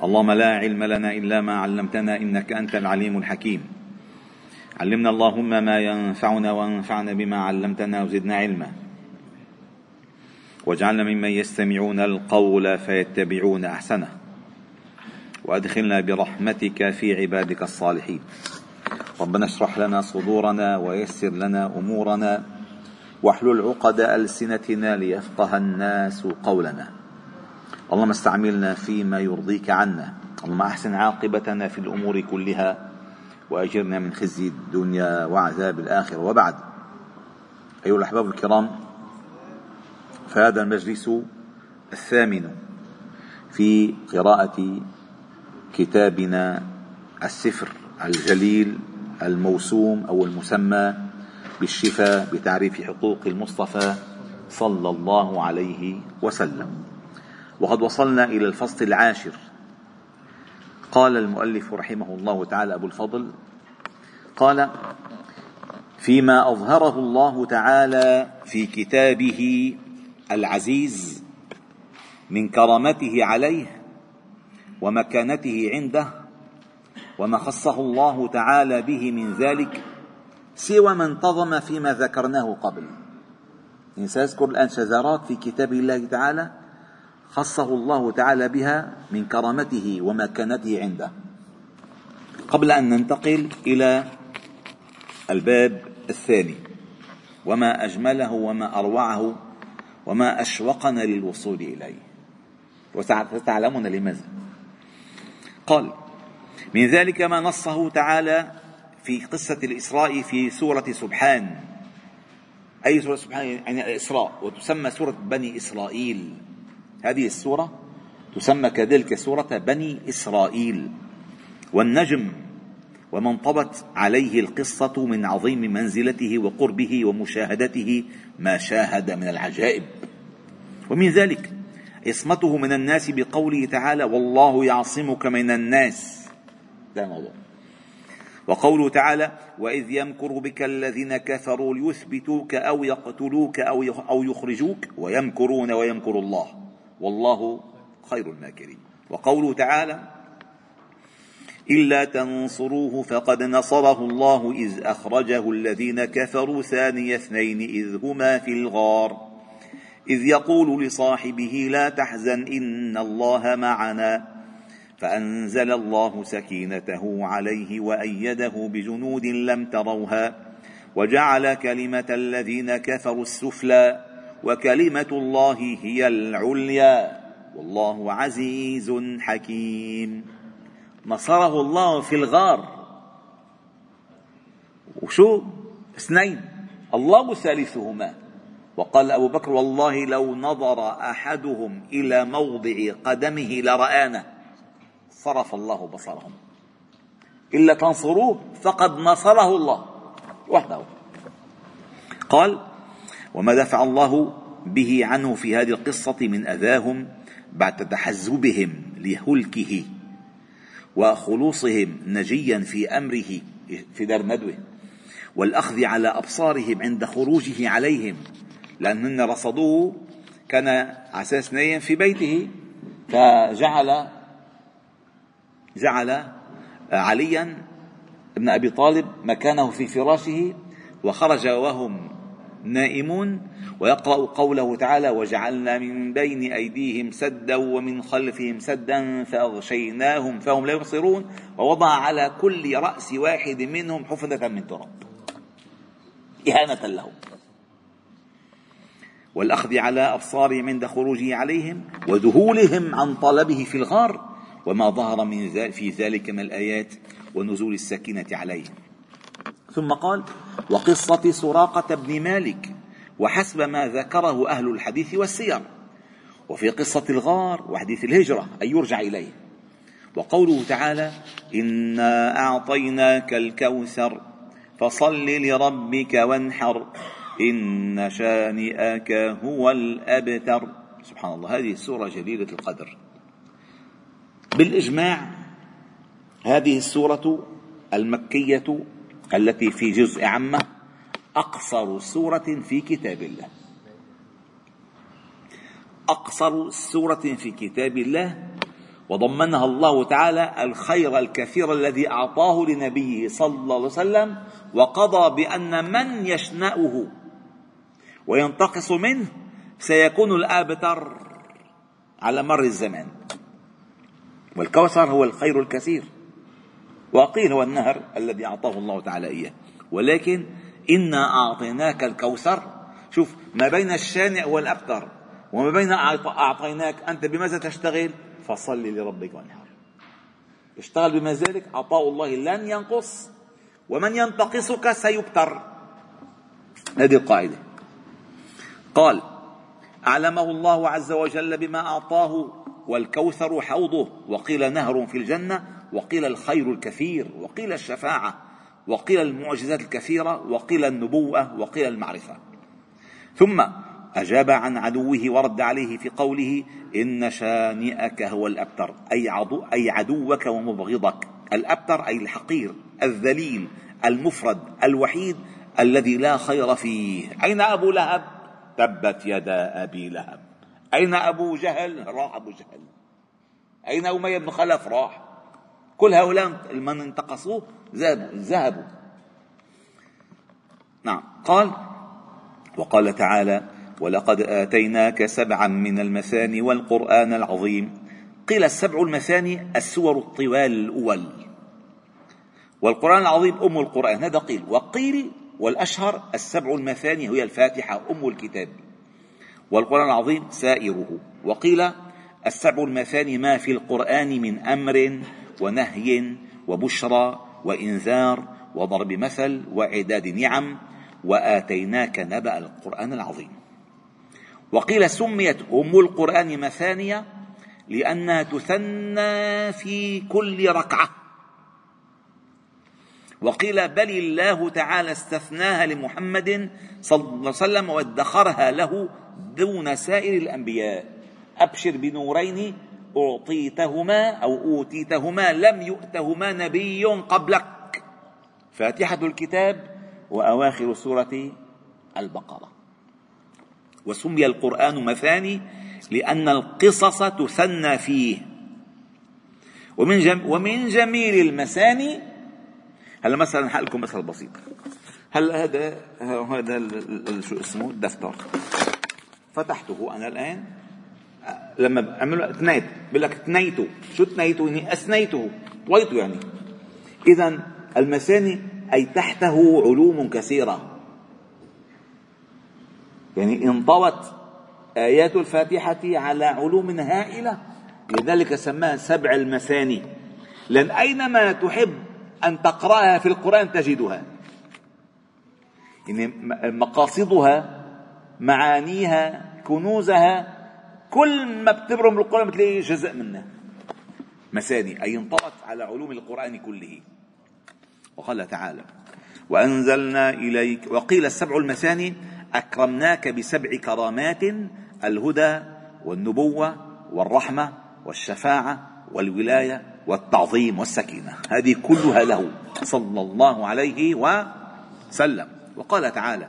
اللهم لا علم لنا إلا ما علمتنا إنك أنت العليم الحكيم. علمنا اللهم ما ينفعنا وانفعنا بما علمتنا وزدنا علما، واجعلنا ممن يستمعون القول فيتبعون أحسنه، وأدخلنا برحمتك في عبادك الصالحين. ربنا اشرح لنا صدورنا ويسر لنا أمورنا واحلل عقد ألسنتنا ليفقه الناس قولنا. اللهم استعملنا فيما يرضيك عنا، اللهم أحسن عاقبتنا في الأمور كلها وأجرنا من خزي الدنيا وعذاب الآخرة. وبعد، أيها الأحباب الكرام، فهذا المجلس الثامن في قراءة كتابنا السفر الجليل الموسوم أو المسمى بالشفاء بتعريف حقوق المصطفى صلى الله عليه وسلم. وقد وصلنا إلى الفصل العاشر. قال المؤلف رحمه الله تعالى أبو الفضل، قال: فيما أظهره الله تعالى في كتابه العزيز من كرامته عليه ومكانته عنده، وما خصه الله تعالى به من ذلك سوى ما انتظم فيما ذكرناه قبل. سأذكر الآن شذرات في كتاب الله تعالى خصه الله تعالى بها من كرامته ومكانته عنده، قبل أن ننتقل إلى الباب الثاني، وما أجمله وما أروعه وما أشوقنا للوصول إليه، وستعلمون لماذا. قال: من ذلك ما نصه تعالى في قصة الإسراء في سورة سبحان. أي سورة سبحان؟ يعني الإسراء، وتسمى سورة بني إسرائيل. هذه السورة تسمى كذلك سورة بني إسرائيل. والنجم وما انطبت عليه القصة من عظيم منزلته وقربه ومشاهدته ما شاهد من العجائب. ومن ذلك عصمته من الناس بقوله تعالى: والله يعصمك من الناس. ده موضوع. وقوله تعالى: وإذ يمكر بك الذين كفروا ليثبتوك أو يقتلوك أو يخرجوك ويمكرون ويمكر الله والله خير الماكرين. وقوله تعالى: إلا تنصروه فقد نصره الله إذ أخرجه الذين كفروا ثاني اثنين إذ هما في الغار إذ يقول لصاحبه لا تحزن إن الله معنا فأنزل الله سكينته عليه وأيده بجنود لم تروها وجعل كلمة الذين كفروا السفلى وكلمة الله هي العليا والله عزيز حكيم. نصره الله في الغار، وشو؟ اثنين، الله ثالثهما. وقال أبو بكر: والله لو نظر أحدهم إلى موضع قدمه لرآنا. صرف الله بصرهم. إلا تنصروه فقد نصره الله وحده. قال: وما دفع الله به عنه في هذه القصة من أذاهم بعد تحزبهم لهلكه وخلوصهم نجيا في أمره في دار ندوه، والأخذ على أبصارهم عند خروجه عليهم، لأنهم رصدوه كان على أساس نايم في بيته، فجعل عليا ابن أبي طالب مكانه في فراشه، وخرج وهم نائمون ويقرأ قوله تعالى: وجعلنا من بين أيديهم سدا ومن خلفهم سدا فأغشيناهم فهم لا يبصرون ووضع على كل رأس واحد منهم حفنة من تراب إهانة له. والأخذ على أبصارهم عند خروجه عليهم وذهولهم عن طلبه في الغار، وما ظهر في ذلك من الآيات ونزول السكينة عليهم. ثم قال: وقصة سراقة بن مالك وحسب ما ذكره أهل الحديث والسير، وفي قصة الغار وحديث الهجرة أن يرجع إليه. وقوله تعالى: إنا أعطيناك الكوثر فصل لربك وانحر إن شانئك هو الأبتر. سبحان الله، هذه السورة جليلة القدر. بالإجماع هذه السورة المكية التي في جزء عامة أقصر سورة في كتاب الله، أقصر سورة في كتاب الله، وضمنها الله تعالى الخير الكثير الذي أعطاه لنبيه صلى الله عليه وسلم، وقضى بأن من يشنأه وينتقص منه سيكون الآبتر على مر الزمان. والكوثر هو الخير الكثير، وقيل هو النهر الذي أعطاه الله تعالى إياه. ولكن إنا أعطيناك الكوثر، شوف ما بين الشانئ والأبتر وما بين أعطيناك، أنت بماذا تشتغل؟ فصل لربك وانحر. اشتغل بمزاجك، عطاء الله لن ينقص، ومن ينتقصك سيبتر. هذه القاعدة. قال: أعلمه الله عز وجل بما أعطاه، والكوثر حوضه، وقيل نهر في الجنة، وقيل الخير الكثير، وقيل الشفاعة، وقيل المعجزات الكثيرة، وقيل النبوة، وقيل المعرفة. ثم أجاب عن عدوه ورد عليه في قوله: إن شانئك هو الأبتر، أي عدوك ومبغضك. الأبتر أي الحقير، الذليل، المفرد، الوحيد، الذي لا خير فيه. أين أبو لهب؟ تبت يدا أبي لهب. أين أبو جهل؟ راح أبو جهل. أين أمية بن خلف؟ راح. كل هؤلاء من انتقصوه ذهبوا. نعم. قال: وقال تعالى: ولقد آتيناك 7 من المثاني والقرآن العظيم. قيل 7 المثاني السور الطوال الأول، والقرآن العظيم أم القرآن، هذا قيل. وقيل والأشهر 7 المثاني هي الفاتحة أم الكتاب، والقرآن العظيم سائره. وقيل 7 المثاني ما في القرآن من أمر ونهي وبشرى وإنذار وضرب مثل وإعداد نعم، وآتيناك نبأ القرآن العظيم. وقيل سميت أم القرآن مثانية لأنها تثنى في كل ركعة. وقيل بل الله تعالى استثناها لمحمد صلى الله عليه وسلم وادخرها له دون سائر الأنبياء. أبشر بنورين أعطيتهما أو أوتيتهما لم يؤتهما نبي قبلك، فاتحة الكتاب وأواخر سورة البقرة. وسمي القرآن مثاني لأن القصص تثنى فيه. ومن جميل المثاني، هلا مثلا حقلكم مثل بسيط. هلا هذا شو اسمه الدفتر، فتحته أنا الآن، لما أعمله تنيت بقول لك تنيته. شو تنيته؟ يعني أسنيته، طويته يعني. إذن المثاني أي تحته علوم كثيرة، يعني انطوت آيات الفاتحة على علوم هائلة، لذلك سماها 7 المثاني، لأن أينما تحب أن تقرأها في القرآن تجدها، يعني مقاصدها، معانيها، كنوزها، كل ما بتبرم القرآن بتلاقي جزء منه. مثاني أي انطوت على علوم القرآن كله. وقال تعالى: وأنزلنا إليك. وقيل 7 المثاني أكرمناك ب7 كرامات: الهدى والنبوة والرحمة والشفاعة والولاية والتعظيم والسكينة. هذه كلها له صلى الله عليه وسلم. وقال تعالى: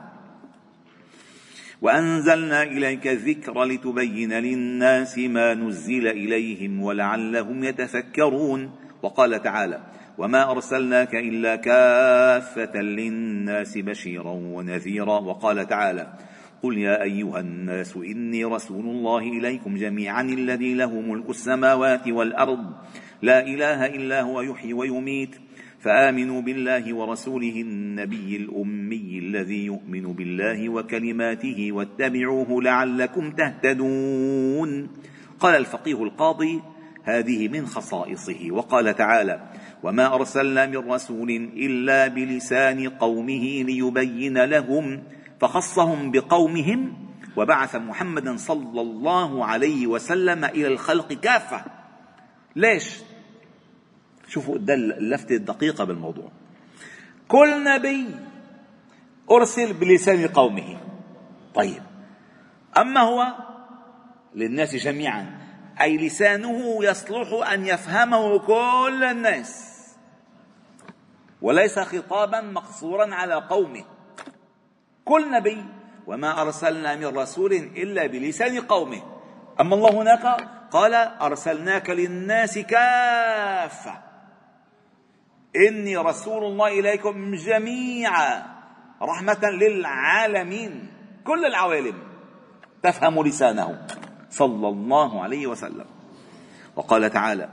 وأنزلنا إليك الذكر لتبين للناس ما نزل إليهم ولعلهم يتفكرون. وقال تعالى: وما أرسلناك إلا كافة للناس بشيرا ونذيرا. وقال تعالى: قل يا أيها الناس إني رسول الله إليكم جميعا الذي له ملك السماوات والأرض لا إله إلا هو يحيي ويميت، فآمنوا بالله ورسوله النبي الأمي الذي يؤمن بالله وكلماته واتبعوه لعلكم تهتدون. قال الفقيه القاضي: هذه من خصائصه. وقال تعالى: وما أرسلنا من رسول إلا بلسان قومه ليبين لهم، فخصهم بقومهم وبعث محمدا صلى الله عليه وسلم إلى الخلق كافة. ليش؟ شوفوا اللفتة الدقيقة بالموضوع. كل نبي أرسل بلسان قومه، طيب، أما هو للناس جميعا، أي لسانه يصلح أن يفهمه كل الناس، وليس خطابا مقصورا على قومه. كل نبي: وما أرسلنا من رسول إلا بلسان قومه. أما الله هناك قال أرسلناك للناس كافة إني رسول الله إليكم جميعا رحمة للعالمين، كل العوالم تفهم لسانه صلى الله عليه وسلم. وقال تعالى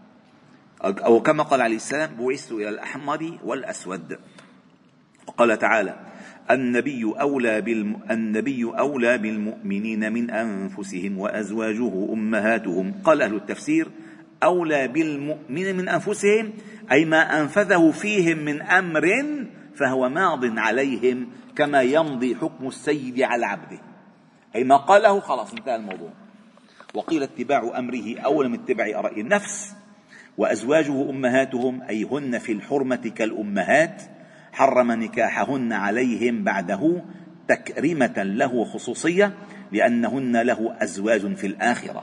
أو كما قال عليه السلام بعثت إلى الأحمر والأسود. وقال تعالى النبي أولى بالمؤمنين من أنفسهم وأزواجه أمهاتهم. قال أهل التفسير أولى بالمؤمنين من أنفسهم أي ما أنفذه فيهم من أمر فهو ماض عليهم كما يمضي حكم السيد على عبده، أي ما قاله خلاص انتهى الموضوع. وقيل اتباع أمره أولى من اتباع آراء النفس. وأزواجه أمهاتهم أي هن في الحرمة كالأمهات، حرم نكاحهن عليهم بعده تكريمة له وخصوصية لأنهن له أزواج في الآخرة.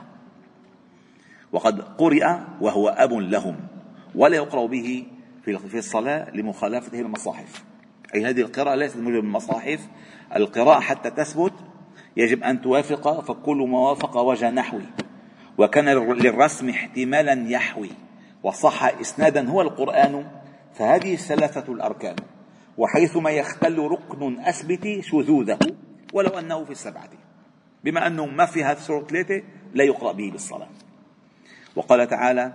وقد قرئ وهو أب لهم ولا يقرأ به في الصلاة لمخالفته المصاحف، أي هذه القراءة ليست موجودة بالمصاحف. القراءة حتى تثبت يجب أن توافق، فكل ما وافق وجه نحوي وكان للرسم احتمالا يحوي وصح إسنادا هو القرآن، فهذه الثلاثة الأركان، وحيثما يختل ركن أثبت شذوذه ولو أنه في السبعة، بما أنه ما في هذه السورة 3 لا يقرأ به بالصلاة. وقال تعالى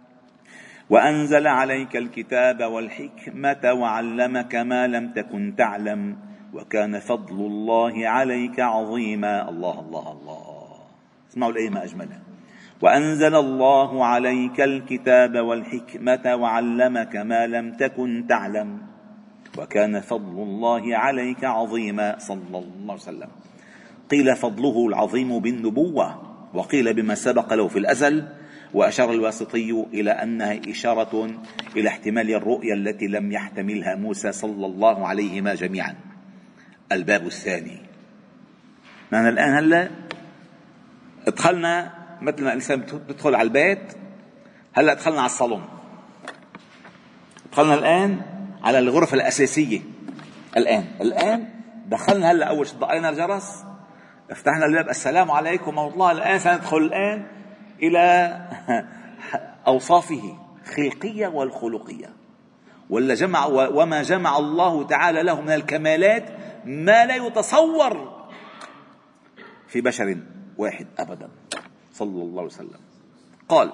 وأنزل عليك الكتاب والحكمة وعلمك ما لم تكن تعلم وكان فضل الله عليك عظيما. الله الله الله، اسمعوا الآية ما أجملها. وأنزل الله عليك الكتاب والحكمة وعلمك ما لم تكن تعلم وكان فضل الله عليك عظيما صلى الله عليه وسلم. قيل فضله العظيم بالنبوة، وقيل بما سبق له في الأزل، وأشار الواسطي إلى أنها إشارة إلى احتمال الرؤيا التي لم يحتملها موسى صلى الله عليهما جميعا. الباب الثاني، نحن الآن هلأ ادخلنا مثل ما الإنسان بيدخل على البيت، هلأ ادخلنا على الصالون، ادخلنا الآن على الغرفة الأساسية. الآن دخلنا هلأ أول شيء ضقينا الجرس، افتحنا الباب، السلام عليكم ورحمة الله. الآن سندخل الآن إلى أوصافه الخلقية والخلقية، وما جمع الله تعالى له من الكمالات ما لا يتصور في بشر واحد أبدا صلى الله عليه وسلم. قال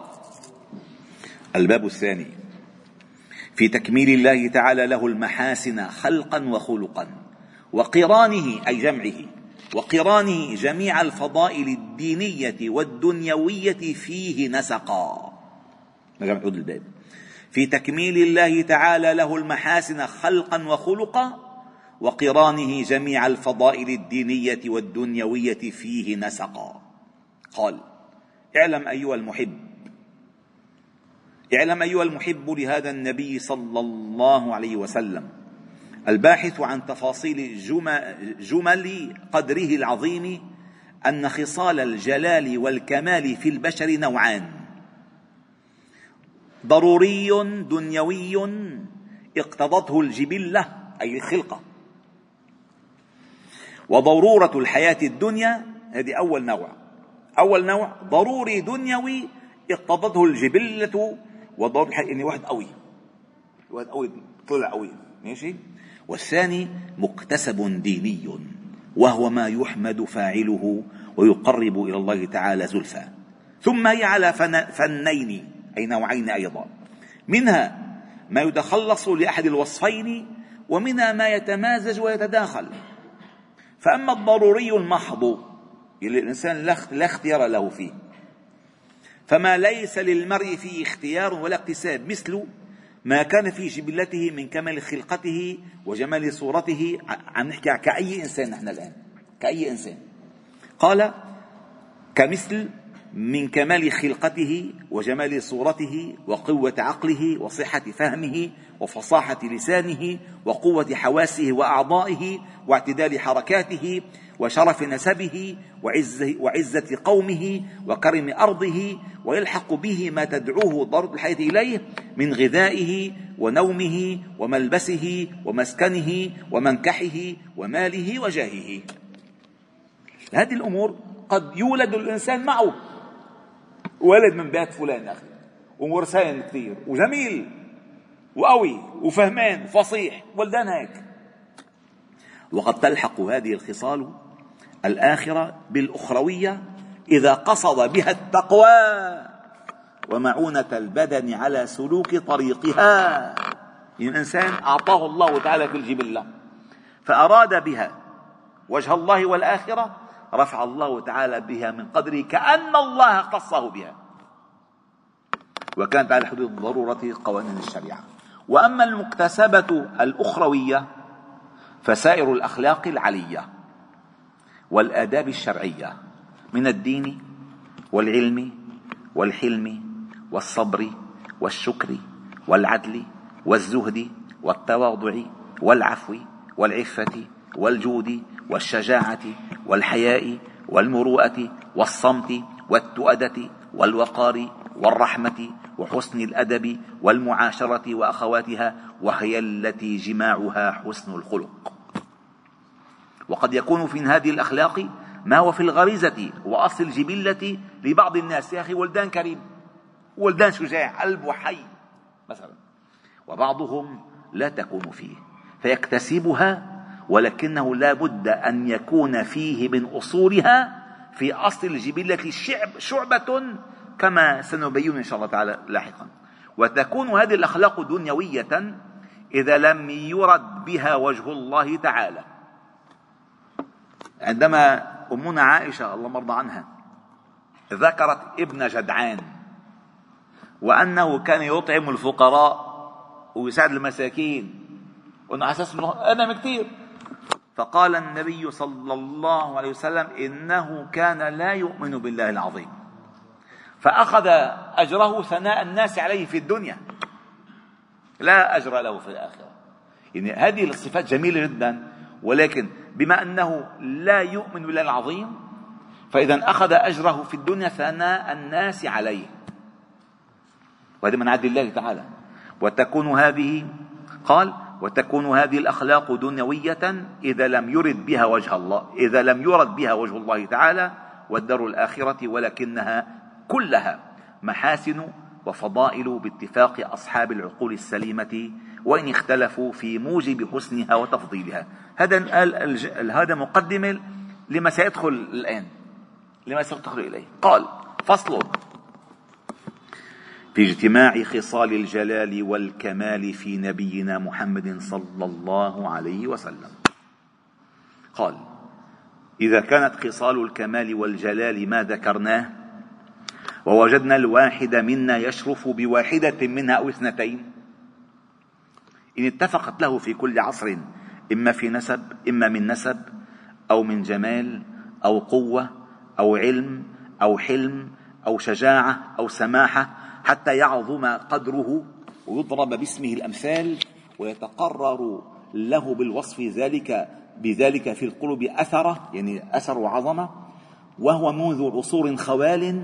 الباب الثاني في تكميل الله تعالى له المحاسن خلقا وخلقا وقرانه أي جمعه، وقرانه جميع الفضائل الدينية والدنيوية فيه نسقا. نعود الباب. في تكميل الله تعالى له المحاسن خلقا وخلقا وقرانه جميع الفضائل الدينية والدنيوية فيه نسقا. قال اعلم أيها المحب لهذا النبي صلى الله عليه وسلم الباحث عن تفاصيل جمل قدره العظيم أن خصال الجلال والكمال في البشر نوعان: ضروري دنيوي اقتضته الجبلة أي الخلقة، وضرورة الحياة الدنيا. هذه أول نوع ضروري دنيوي اقتضته الجبلة وضرورة الحياة، يعني واحد قوي طلع قوي ماشي. والثاني مكتسب ديني وهو ما يحمد فاعله ويقرب إلى الله تعالى زلفى. ثم هي على فنين أي نوعين أيضا، منها ما يتخلص لأحد الوصفين ومنها ما يتمازج ويتداخل. فأما الضروري المحض اللي الإنسان لا اختيار له فيه، فما ليس للمرء فيه اختيار ولا اكتساب، مثل ما كان في جبلته من كمال خلقته وجمال صورته. عم نحكي كأي إنسان نحن الآن، كأي إنسان. قال كمثل من كمال خلقته وجمال صورته وقوة عقله وصحة فهمه وفصاحة لسانه وقوة حواسه وأعضائه واعتدال حركاته وشرف نسبه وعزة قومه وكرم أرضه، ويلحق به ما تدعوه ضرورة الحياة إليه من غذائه ونومه وملبسه ومسكنه ومنكحه وماله وجاهه. هذه الأمور قد يولد الإنسان معه، ولد من بيت فلان أخي، ومرسان كثير وجميل وقوي وفهمان وفصيح، ولدان هيك. وقد تلحق هذه الخصال الآخرة بالأخروية إذا قصد بها التقوى ومعونة البدن على سلوك طريقها. يعني الإنسان أعطاه الله تعالى في الجبلة فأراد بها وجه الله والآخرة، رفع الله تعالى بها من قدره كأن الله اختصه بها، وكانت على حدود الضرورة قوانين الشريعة. وأما المكتسبة الأخروية فسائر الأخلاق العلية والآداب الشرعية من الدين والعلم والحلم والصبر والشكر والعدل والزهد والتواضع والعفو والعفة والجود والشجاعة والحياء والمروءة والصمت والتؤدة والوقار والرحمة وحسن الأدب والمعاشرة وأخواتها، وهي التي جماعها حسن الخلق. وقد يكون في هذه الأخلاق ما هو في الغريزة وأصل الجبلة لبعض الناس، يا أخي ولدان كريم، ولدان شجاع، قلب وحي مثلا، وبعضهم لا تكون فيه فيكتسبها، ولكنه لا بد أن يكون فيه من أصولها في أصل الجبلة شعبة، كما سنبين إن شاء الله تعالى لاحقا. وتكون هذه الأخلاق دنيوية إذا لم يرد بها وجه الله تعالى. عندما أمنا عائشة الله مرضى عنها ذكرت ابن جدعان وأنه كان يطعم الفقراء ويساعد المساكين وأنه حسس أنا كثير، فقال النبي صلى الله عليه وسلم إنه كان لا يؤمن بالله العظيم، فأخذ أجره ثناء الناس عليه في الدنيا، لا أجر له في الآخرة. يعني هذه الصفات جميلة جدا، ولكن بما أنه لا يؤمن بالله العظيم فإذا أخذ أجره في الدنيا ثناء الناس عليه، وهذا من عدل الله تعالى. وتكون هذه الأخلاق دنيوية إذا لم يرد بها وجه الله تعالى والدار الآخرة، ولكنها كلها محاسن وفضائل باتفاق أصحاب العقول السليمة، وإن اختلفوا في موجب حسنها وتفضيلها. هذا مقدمة لما سيدخل إليه. قال: فصل في اجتماع خصال الجلال والكمال في نبينا محمد صلى الله عليه وسلم. قال: إذا كانت خصال الكمال والجلال ما ذكرناه، ووجدنا الواحد منا يشرف بواحدة منها أو اثنتين، إن اتفقت له في كل عصر إما من نسب أو من جمال أو قوة أو علم أو حلم أو شجاعة أو سماحة، حتى يعظم قدره ويضرب باسمه الأمثال ويتقرر له بالوصف بذلك في القلوب أثره، يعني أثر وعظمة، وهو منذ عصور خوال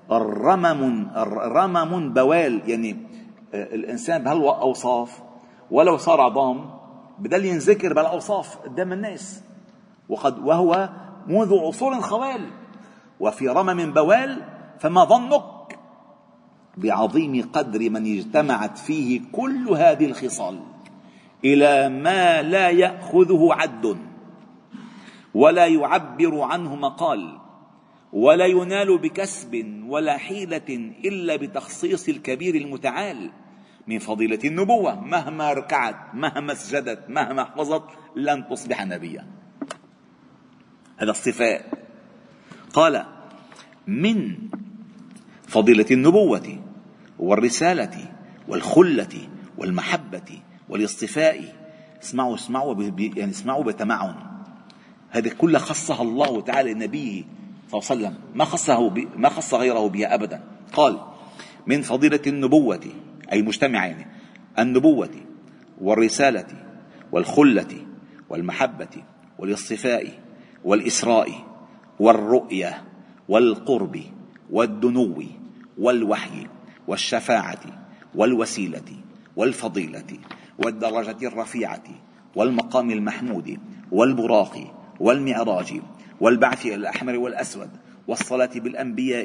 رمم بوال. يعني الإنسان بهالأوصاف ولو صار عظام بدل ينذكر بالأوصاف قدام الناس، وهو منذ عصور خوال وفي رمم بوال، فما ظنك بعظيم قدر من اجتمعت فيه كل هذه الخصال إلى ما لا يأخذه عد ولا يعبر عنه مقال ولا ينال بكسب ولا حيلة إلا بتخصيص الكبير المتعال من فضيلة النبوة، مهما ركعت مهما سجدت مهما حفظت لن تصبح نبيا. هذا الصفاء. قال: من فضيلة النبوة والرسالة والخلة والمحبة والاصطفاء. اسمعوا بتمعن. هذه كلها خصها الله تعالى لنبيه صلى الله عليه وسلم، ما خص غيره بها أبدا. قال: من فضيلة النبوة أي مجتمعين، النبوة والرسالة والخلة والمحبة والاصطفاء والإسراء والرؤية والقرب والدنو والوحي والشفاعة والوسيلة والفضيلة والدرجة الرفيعة والمقام المحمود والبراق والمعراج والبعث الأحمر والأسود والصلاة بالأنبياء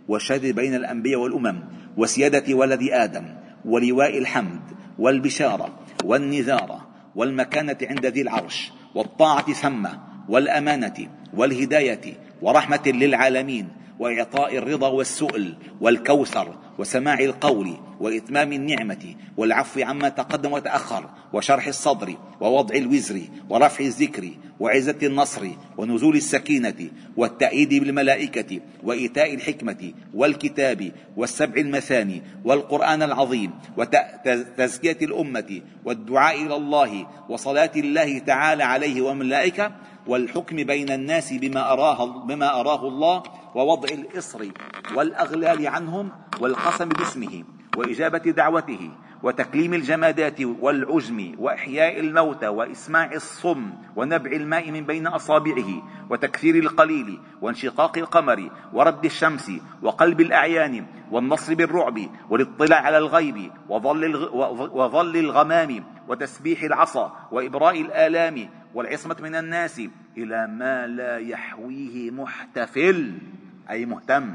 والشهادة بين الأنبياء والأمم، وسيادة ولد آدم، ولواء الحمد والبشارة والنذارة، والمكانة عند ذي العرش، والطاعة ثمة، والأمانة والهداية، ورحمة للعالمين، وإعطاء الرضا والسؤل، والكوثر، وسماع القول، وإتمام النعمة، والعفو عما تقدم وتأخر، وشرح الصدر، ووضع الوزر، ورفع الذكر، وعزة النصر، ونزول السكينة، والتأييد بالملائكة، وإيتاء الحكمة، والكتاب، والسبع المثاني، والقرآن العظيم، وتزكية الأمة، والدعاء إلى الله، وصلاة الله تعالى عليه وملائكة، والحكم بين الناس بما أراه الله، ووضع الإصر والأغلال عنهم، والقسم باسمه، وإجابة دعوته، وتكليم الجمادات والعجم، وإحياء الموتى، وإسماع الصم، ونبع الماء من بين أصابعه، وتكثير القليل، وانشقاق القمر، ورد الشمس، وقلب الأعيان، والنصر بالرعب، والاطلاع على الغيب، وظل الغمام، وتسبيح العصا، وإبراء الآلام، والعصمة من الناس، إلى ما لا يحويه محتفل أي مهتم،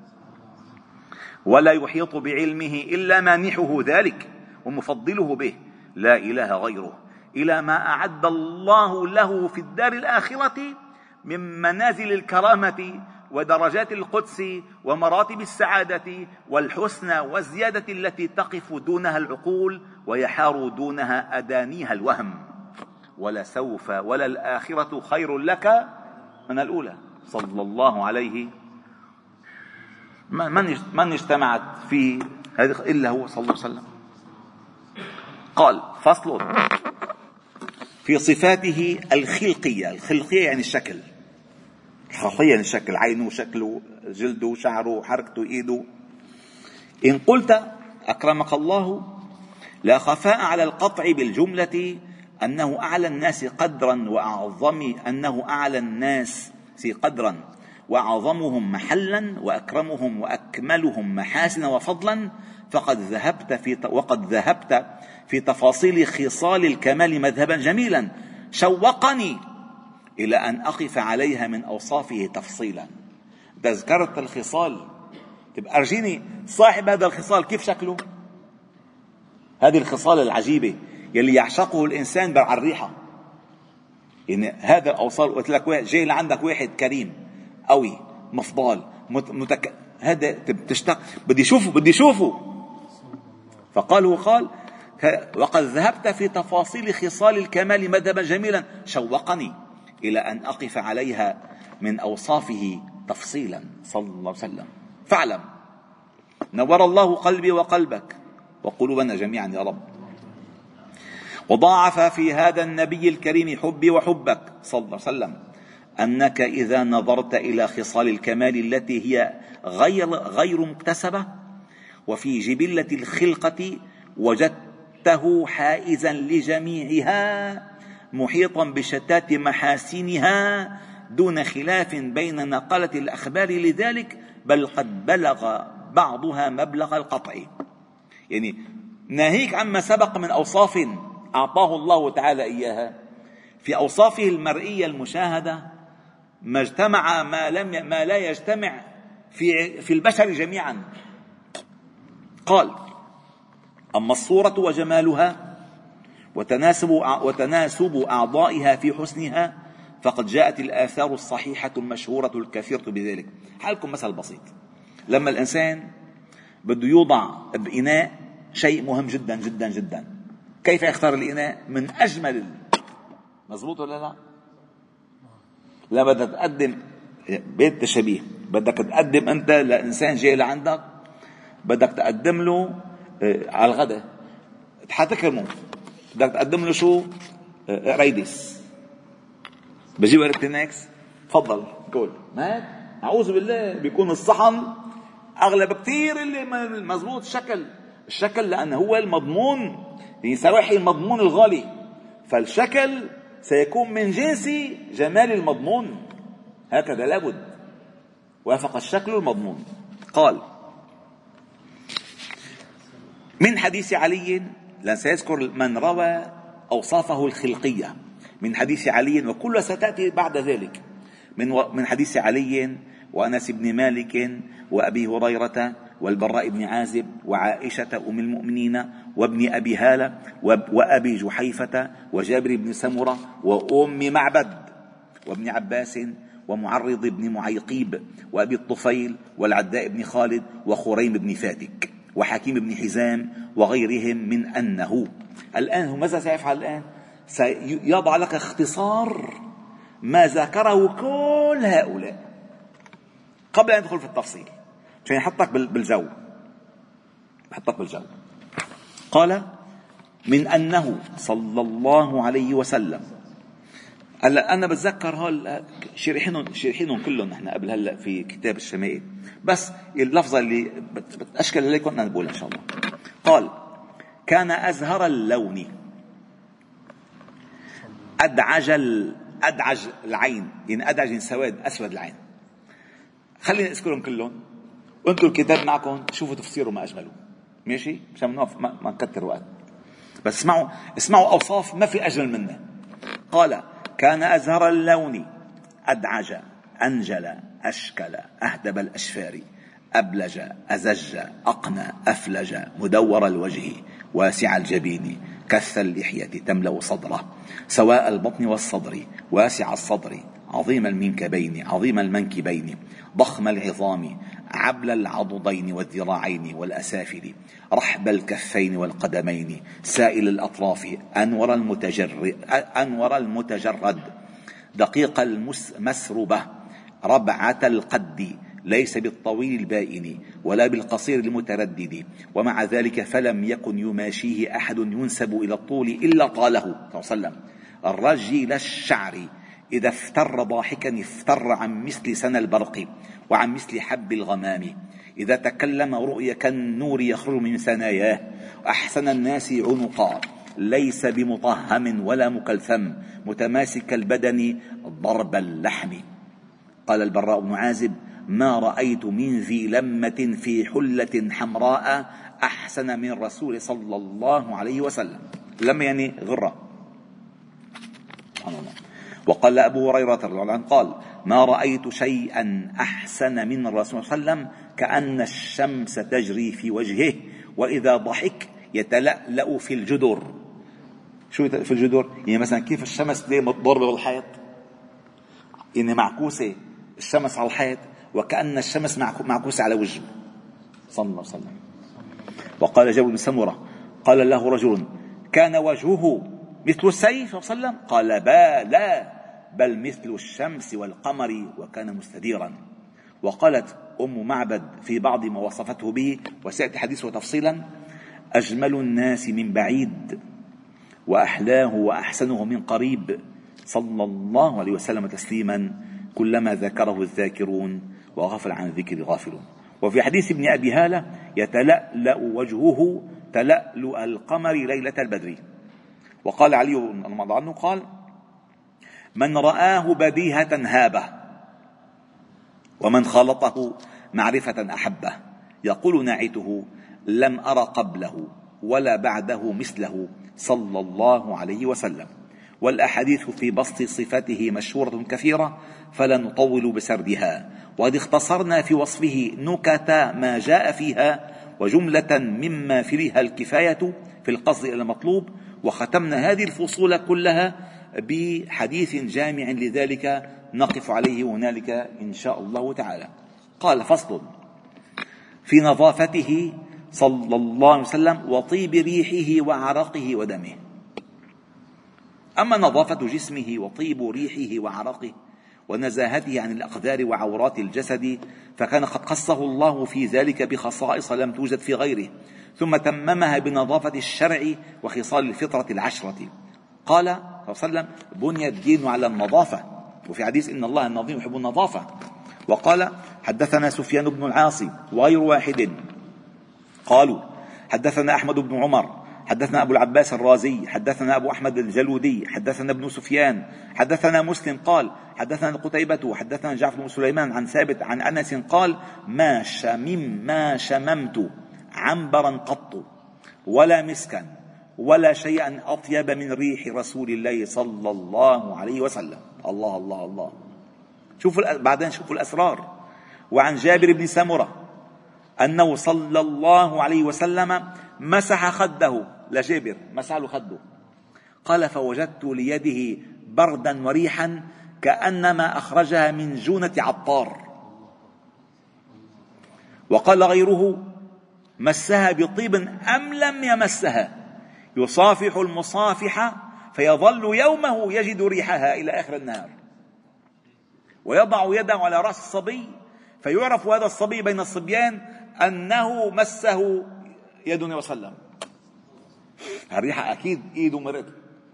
ولا يحيط بعلمه إلا مانحه ذلك ومفضله به، لا إله غيره، إلى ما أعد الله له في الدار الآخرة من منازل الكرامة، ودرجات القدس، ومراتب السعادة والحسنى والزيادة التي تقف دونها العقول، ويحار دونها أدانيها الوهم. ولسوف وللآخرة خير لك من الأولى. صلى الله عليه. من اجتمعت في هذه إلا هو صلى الله عليه وسلم. قال: فصل في صفاته الخلقية. الخلقية يعني الشكل، الخلقية يعني الشكل، عينه، شكله، جلده، شعره، حركته، إيده. إن قلت أكرمك الله لا خفاء على القطع بالجملة أنه أعلى الناس قدرا وأعظمهم محلا وأكرمهم وأكملهم محاسنا وفضلا، وقد ذهبت في تفاصيل خصال الكمال مذهبا جميلا شوقني إلى أن أقف عليها من أوصافه تفصيلا. تذكرت الخصال، تبقى أرجيني صاحب هذا الخصال كيف شكله، هذه الخصال العجيبة يلي يعشقه الإنسان برع الريحة. يعني هذا الأوصال، قلت لك جاي لعندك واحد كريم قوي مفضال هذا تشتاق، بدي شوفه. فقال وقد ذهبت في تفاصيل خصال الكمال مذهبا جميلا شوقني إلى أن أقف عليها من أوصافه تفصيلا صلى الله عليه وسلم. فاعلم نور الله قلبي وقلبك وقلوبنا جميعا يا رب، وضاعف في هذا النبي الكريم حبي وحبك صلى الله عليه وسلم، أنك إذا نظرت إلى خصال الكمال التي هي غير مكتسبة وفي جبلة الخلقة وجدته حائزا لجميعها محيطا بشتات محاسنها دون خلاف بين نقلة الأخبار لذلك، بل قد بلغ بعضها مبلغ القطع. يعني ناهيك عما سبق من أوصاف أعطاه الله تعالى إياها، في أوصافه المرئية المشاهدة ما اجتمع ما لا يجتمع في البشر جميعا. قال: أما الصورة وجمالها وتناسب أعضائها في حسنها فقد جاءت الآثار الصحيحة المشهورة الكثيرة بذلك. حالكم مثل بسيط، لما الإنسان بده يوضع بإناء شيء مهم جدا جدا جدا، كيف يختار الإناء؟ من أجمل. مظبوط ولا لا؟ لا، بدك تقدم بيت تشبيه، بدك تقدم أنت لإنسان جاي لعندك، بدك تقدم له على الغداء حتكرمه، بدك تقدم له شو؟ ريدس. بجيب الكتنكس، تفضل كل ما أعوذ بالله، بيكون الصحن أغلب كتير اللي مزبوط الشكل لأنه هو المضمون، يسرحي المضمون الغالي، فالشكل سيكون من جنس جمال المضمون، هكذا لابد وافق الشكل المضمون. قال: من حديث علي، لن سيذكر من روى أوصافه الخلقية من حديث علي، وكلها ستأتي بعد ذلك. من حديث علي: وأنس بن مالك وأبي هريرة والبراء بن عازب وعائشة أم المؤمنين وابن أبي هالة وأبي جحيفة وجابر بن سمرة وأم معبد وابن عباس ومعرض بن معيقيب وأبي الطفيل والعداء بن خالد وخريم بن فاتك وحكيم بن حزام وغيرهم من أنه الآن ماذا سيفعل الآن؟ سيضع لك اختصار ما ذكره كل هؤلاء قبل أن يدخل في التفصيل عشان يحطك بالجو. قال من أنه صلى الله عليه وسلم. هلا أنا بتذكر هول شرحينهم كلهم نحن قبل هلا في كتاب الشمائل، بس اللفظة اللي بتأشكل عليكم أنا بقولها إن شاء الله. قال كان أزهر اللون أدعج العين، يعني أدعج سواد أسود العين. خليني أذكرهم كلهم وأنتم الكتاب معكم شوفوا تفسيره ما أجمله، ماشي؟ مشان ما نكتر وقت، بس اسمعوا أوصاف ما في أجمل منه. قال كان أزهر اللون أدعج أنجل أشكل أهدب الأشفار أبلج أزج أقنى أفلج مدور الوجه واسع الجبين كث اللحية تملأ صدره سواء البطن والصدر واسع الصدر عظيم المنكبين عظيم المنكبين ضخم العظام عبل العضدين والذراعين والأسافل رحب الكفين والقدمين سائل الأطراف أنور المتجرد دقيق المسربة ربعة القد ليس بالطويل البائن ولا بالقصير المتردد، ومع ذلك فلم يكن يماشيه أحد ينسب إلى الطول إلا طاله صلى الله عليه وسلم. الرجل الشعر إذا افتر ضاحكا افتر عن مثل سنى البرق وعن مثل حب الغمام، إذا تكلم رؤيا كالنور يخرج من ثناياه، أحسن الناس عنقا ليس بمطهم ولا مكلثم متماسك البدن ضرب اللحم. قال البراء بن عازب ما رأيت من ذي لمة في حلة حمراء أحسن من الرسول صلى الله عليه وسلم. لما يعني غرة. وقال أبو هريرة رضي الله عنه قال ما رأيت شيئا أحسن من الرسول صلى الله عليه وسلم كأن الشمس تجري في وجهه وإذا ضحك يتلألأ في الجدر. شو في الجدر؟ يعني مثلا كيف الشمس ضربة بالحيط، يعني معكوسة الشمس على الحيط وكأن الشمس معكوسة على وجهه صلى الله عليه وسلم. وقال جابر بن سمرة قال له رجل كان وجهه مثل السيف صلى الله عليه وسلم؟ قال لا بل مثل الشمس والقمر وكان مستديرا. وقالت أم معبد في بعض ما وصفته به وسيأتي حديثه تفصيلا أجمل الناس من بعيد وأحلاه وأحسنه من قريب صلى الله عليه وسلم تسليما كلما ذكره الذاكرون وغفل عن الذكر غافلون. وفي حديث ابن أبي هالة يتلألأ وجهه تلألؤ القمر ليلة البدر. وقال علي رضي الله عنه قال من رآه بديهة هابه ومن خالطه معرفة أحبه. يقول ناعته لم أر قبله ولا بعده مثله صلى الله عليه وسلم. والأحاديث في بسط صفاته مشهورة كثيرة فلا نطول بسردها، وقد اختصرنا في وصفه نكت ما جاء فيها وجملة مما فيها الكفاية في القصد إلى المطلوب، وختمنا هذه الفصول كلها بحديث جامع لذلك نقف عليه هنالك إن شاء الله تعالى. قال فصل في نظافته صلى الله عليه وسلم وطيب ريحه وعرقه ودمه. أما نظافة جسمه وطيب ريحه وعرقه ونزاهته عن الأقدار وعورات الجسد فكان قد خصه الله في ذلك بخصائص لم توجد في غيره، ثم تممها بنظافة الشرع وخصال الفطرة العشرة. قال صلى الله عليه وسلم بني الدين على النظافة، وفي حديث إن الله النظيف يحب النظافة. وقال حدثنا سفيان بن العاصي وغير واحد قالوا حدثنا أحمد بن عمر حدثنا أبو العباس الرازي حدثنا أبو أحمد الجلودي حدثنا ابن سفيان حدثنا مسلم قال حدثنا قتيبة حدثنا جعفر بن سليمان عن ثابت عن أنس قال ما شممت عنبرا قط ولا مسكا ولا شيئا أطيب من ريح رسول الله صلى الله عليه وسلم. الله الله الله. بعدين شوفوا الأسرار. وعن جابر بن سمرة أنه صلى الله عليه وسلم مسح خده، لجابر مسح له خده، قال فوجدت ليده بردا وريحا كأنما أخرجها من جونة عطار. وقال غيره مسها بطيب أم لم يمسها، يصافح المصافحة فيظل يومه يجد ريحها إلى آخر النهار، ويضع يده على رأس الصبي فيعرف هذا الصبي بين الصبيان أنه مسه يد النبي صلى الله عليه وسلم. الريحة أكيد إيده مرت.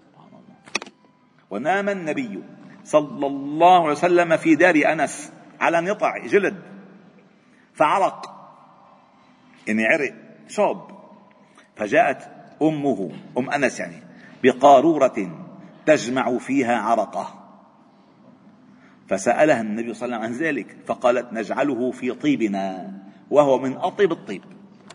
ونام النبي صلى الله عليه وسلم في دار أنس على نطع جلد فعرق، يعني عرق شاب، فجاءت أمه أم أنس يعني بقارورة تجمع فيها عرقه، فسألها النبي صلى الله عليه وسلم عن ذلك فقالت نجعله في طيبنا وهو من أطيب الطيب.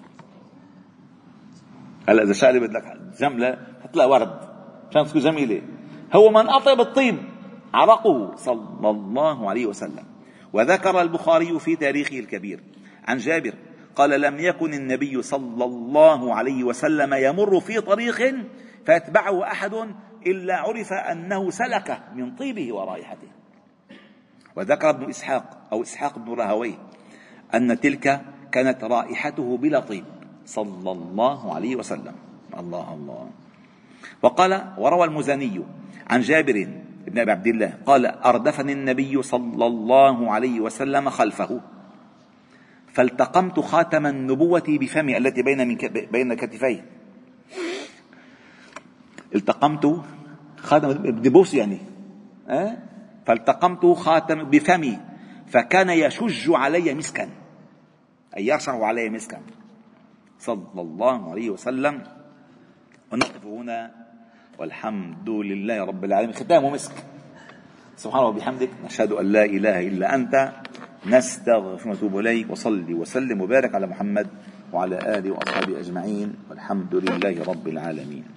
هلا إذا شغله بدك جملة حط لها ورد عشان تكون جميلة، هو من أطيب الطيب عرقه صلى الله عليه وسلم. وذكر البخاري في تاريخه الكبير عن جابر قال لم يكن النبي صلى الله عليه وسلم يمر في طريق فيتبعه أحد إلا عرف أنه سلك من طيبه ورائحته. وذكر ابن إسحاق أو إسحاق بن راهويه أن تلك كانت رائحته بلا طيب صلى الله عليه وسلم. الله الله. وقال وروى المزني عن جابر بن أبي عبد الله قال أردفني النبي صلى الله عليه وسلم خلفه فالتقمت خاتم النبوة بفمي التي بين كتفيه. التقمت خاتم بدبوس يعني فالتقمت خاتم بفمي فكان يشج علي مسكا، أي يرشح علي مسكا صلى الله عليه وسلم. ونقف هنا والحمد لله رب العالمين. ختامه مسك. سبحان الله وبحمدك نشهد أن لا إله إلا أنت نستغفرك ونتوب إليك. وصلي وسلم وبارك على محمد وعلى آله وأصحابه أجمعين والحمد لله رب العالمين.